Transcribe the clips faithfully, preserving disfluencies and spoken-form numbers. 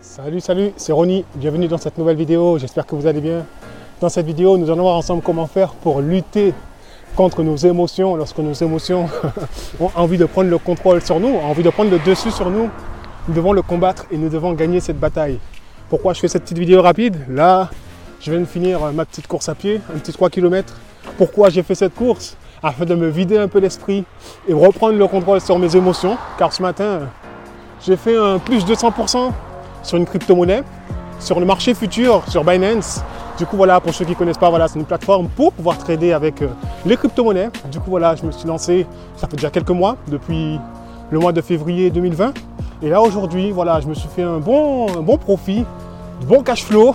Salut, salut, c'est Ronnie, bienvenue dans cette nouvelle vidéo, j'espère que vous allez bien. Dans cette vidéo, nous allons voir ensemble comment faire pour lutter contre nos émotions, lorsque nos émotions ont envie de prendre le contrôle sur nous, ont envie de prendre le dessus sur nous. Nous devons le combattre et nous devons gagner cette bataille. Pourquoi je fais cette petite vidéo rapide? Là, je viens de finir ma petite course à pied, un petit trois kilomètres. Pourquoi j'ai fait cette course? Afin de me vider un peu l'esprit et reprendre le contrôle sur mes émotions. Car ce matin, j'ai fait un plus de cent pour cent sur une crypto-monnaie, sur le marché futur, sur Binance. Du coup, voilà, pour ceux qui ne connaissent pas, voilà, c'est une plateforme pour pouvoir trader avec euh, les crypto-monnaies. Du coup, voilà, je me suis lancé, ça fait déjà quelques mois, depuis le mois de février deux mille vingt. Et là, aujourd'hui, voilà, je me suis fait un bon, un bon profit, du bon cash flow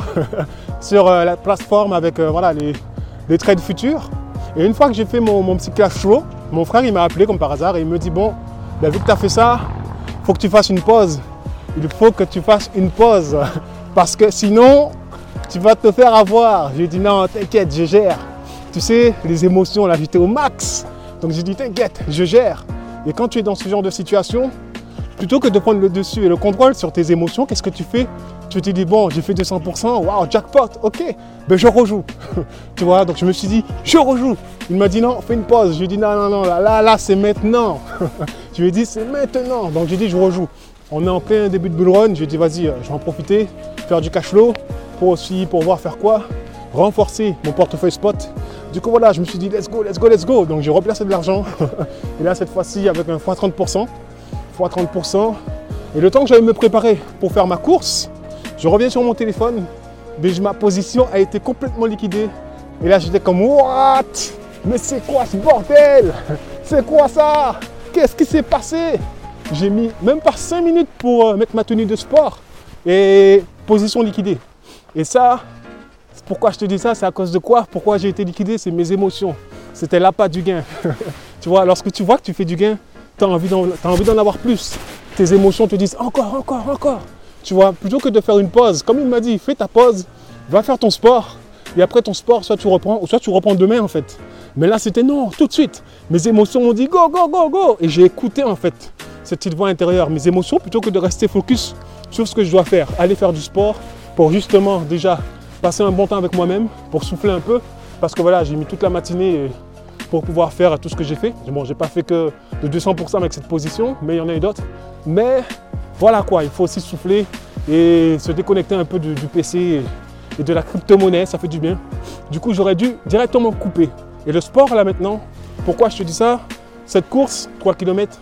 sur euh, la plateforme avec euh, voilà, les, les trades futurs. Et une fois que j'ai fait mon, mon petit cash flow, mon frère, il m'a appelé comme par hasard et il me dit, bon, ben, vu que tu as fait ça, il faut que tu fasses une pause. Il faut que tu fasses une pause parce que sinon, tu vas te faire avoir. J'ai dit non, t'inquiète, je gère. Tu sais, les émotions, là, j'étais au max. Donc j'ai dit t'inquiète, je gère. Et quand tu es dans ce genre de situation, plutôt que de prendre le dessus et le contrôle sur tes émotions, qu'est-ce que tu fais? Tu te dis bon, j'ai fait deux cents pour cent, waouh, jackpot, ok, ben je rejoue. Tu vois, donc je me suis dit, je rejoue. Il m'a dit non, fais une pause. Je lui ai dit non, non, non, là, là, là c'est maintenant. Je lui ai dit c'est maintenant. Donc j'ai dit je rejoue. On est en plein début de bull run, j'ai dit vas-y, je vais en profiter, faire du cash flow, pour aussi pouvoir faire quoi? Renforcer mon portefeuille spot. Du coup voilà, je me suis dit let's go, let's go, let's go. Donc j'ai replacé de l'argent. Et là cette fois-ci avec un fois trente pour cent. fois trente pour cent. Et le temps que j'allais me préparer pour faire ma course, je reviens sur mon téléphone, mais ma position a été complètement liquidée. Et là j'étais comme what? Mais c'est quoi ce bordel? C'est quoi ça? Qu'est-ce qui s'est passé? J'ai mis même pas cinq minutes pour mettre ma tenue de sport et position liquidée. Et ça, pourquoi je te dis ça? C'est à cause de quoi? Pourquoi j'ai été liquidé? C'est mes émotions. C'était l'appât du gain. Tu vois, lorsque tu vois que tu fais du gain, tu as envie d'en, t'as envie d'en avoir plus. Tes émotions te disent encore, encore, encore. Tu vois, plutôt que de faire une pause, comme il m'a dit, fais ta pause, va faire ton sport. Et après ton sport, soit tu reprends, ou soit tu reprends demain en fait. Mais là, c'était non, tout de suite. Mes émotions m'ont dit go, go, go, go. Et j'ai écouté en fait cette petite voix intérieure, mes émotions, plutôt que de rester focus sur ce que je dois faire. Aller faire du sport pour justement déjà passer un bon temps avec moi-même, pour souffler un peu. Parce que voilà, j'ai mis toute la matinée pour pouvoir faire tout ce que j'ai fait. Bon, j'ai pas fait que de deux cents pour cent avec cette position, mais il y en a eu d'autres. Mais voilà quoi, il faut aussi souffler et se déconnecter un peu du, du P C et de la crypto-monnaie, ça fait du bien. Du coup, j'aurais dû directement couper. Et le sport là maintenant, pourquoi je te dis ça? Cette course, trois kilomètres,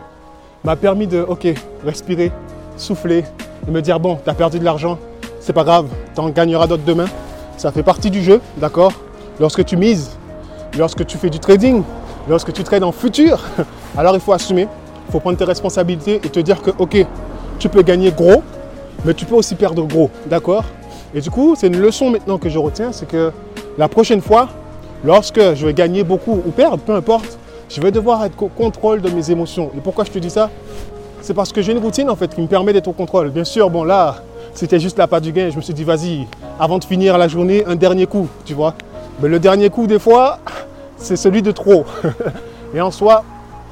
m'a permis de, ok, respirer, souffler et me dire, bon, tu as perdu de l'argent, c'est pas grave, tu en gagneras d'autres demain. Ça fait partie du jeu, d'accord? Lorsque tu mises, lorsque tu fais du trading, lorsque tu trades en futur, alors il faut assumer, il faut prendre tes responsabilités et te dire que, ok, tu peux gagner gros, mais tu peux aussi perdre gros, d'accord? Et du coup, c'est une leçon maintenant que je retiens, c'est que la prochaine fois, lorsque je vais gagner beaucoup ou perdre, peu importe, je vais devoir être au contrôle de mes émotions. Et pourquoi je te dis ça? C'est parce que j'ai une routine en fait qui me permet d'être au contrôle. Bien sûr, bon là, c'était juste l'appât du gain. Je me suis dit, vas-y, avant de finir la journée, un dernier coup, tu vois. Mais le dernier coup, des fois, c'est celui de trop. Et en soi,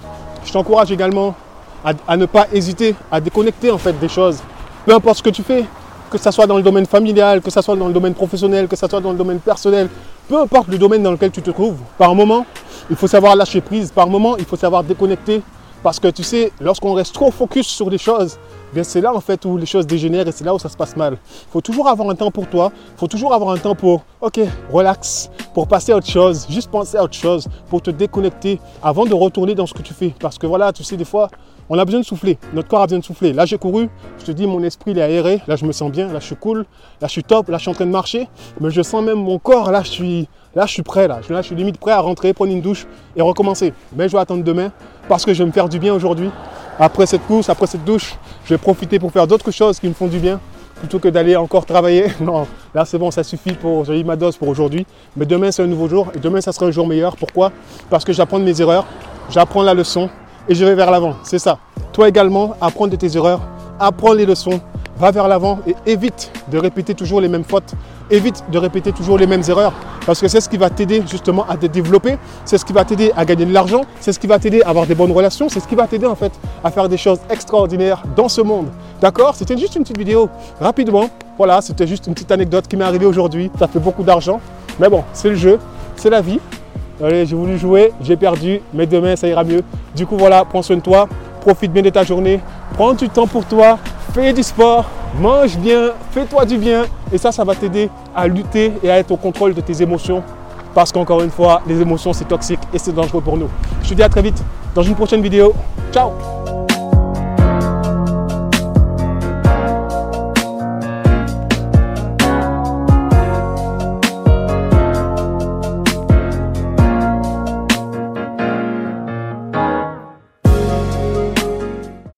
je t'encourage également à, à ne pas hésiter à déconnecter en fait des choses. Peu importe ce que tu fais, que ce soit dans le domaine familial, que ce soit dans le domaine professionnel, que ce soit dans le domaine personnel, peu importe le domaine dans lequel tu te trouves, par moment, il faut savoir lâcher prise. Par moment, il faut savoir déconnecter. Parce que tu sais, lorsqu'on reste trop focus sur des choses, bien c'est là en fait où les choses dégénèrent et c'est là où ça se passe mal. Il faut toujours avoir un temps pour toi. Il faut toujours avoir un temps pour, ok, relax, pour passer à autre chose, juste penser à autre chose, pour te déconnecter avant de retourner dans ce que tu fais. Parce que voilà, tu sais, des fois, on a besoin de souffler. Notre corps a besoin de souffler. Là, j'ai couru, je te dis, mon esprit il est aéré. Là, je me sens bien. Là, je suis cool. Là, je suis top. Là, je suis en train de marcher. Mais je sens même mon corps. Là, je suis, là, je suis prêt. Là, là je suis limite prêt à rentrer, prendre une douche et recommencer. Mais je vais attendre demain parce que je vais me faire du bien aujourd'hui. Après cette course, après cette douche, je vais profiter pour faire d'autres choses qui me font du bien plutôt que d'aller encore travailler. Non, là, c'est bon, ça suffit pour, j'ai eu ma dose pour aujourd'hui. Mais demain, c'est un nouveau jour et demain, ça sera un jour meilleur. Pourquoi? Parce que j'apprends de mes erreurs, j'apprends la leçon et je vais vers l'avant. C'est ça. Toi également, apprends de tes erreurs, apprends les leçons, va vers l'avant et évite de répéter toujours les mêmes fautes, évite de répéter toujours les mêmes erreurs, parce que c'est ce qui va t'aider justement à te développer, c'est ce qui va t'aider à gagner de l'argent, c'est ce qui va t'aider à avoir des bonnes relations, c'est ce qui va t'aider en fait à faire des choses extraordinaires dans ce monde. D'accord? C'était juste une petite vidéo rapidement. Voilà, c'était juste une petite anecdote qui m'est arrivée aujourd'hui. Ça fait beaucoup d'argent, mais bon, c'est le jeu, c'est la vie. Allez, j'ai voulu jouer, j'ai perdu, mais demain ça ira mieux. Du coup voilà, prends soin de toi, profite bien de ta journée, prends du temps pour toi, fais du sport, mange bien, fais-toi du bien. Et ça, ça va t'aider à lutter et à être au contrôle de tes émotions. Parce qu'encore une fois, les émotions c'est toxique et c'est dangereux pour nous. Je te dis à très vite dans une prochaine vidéo. Ciao!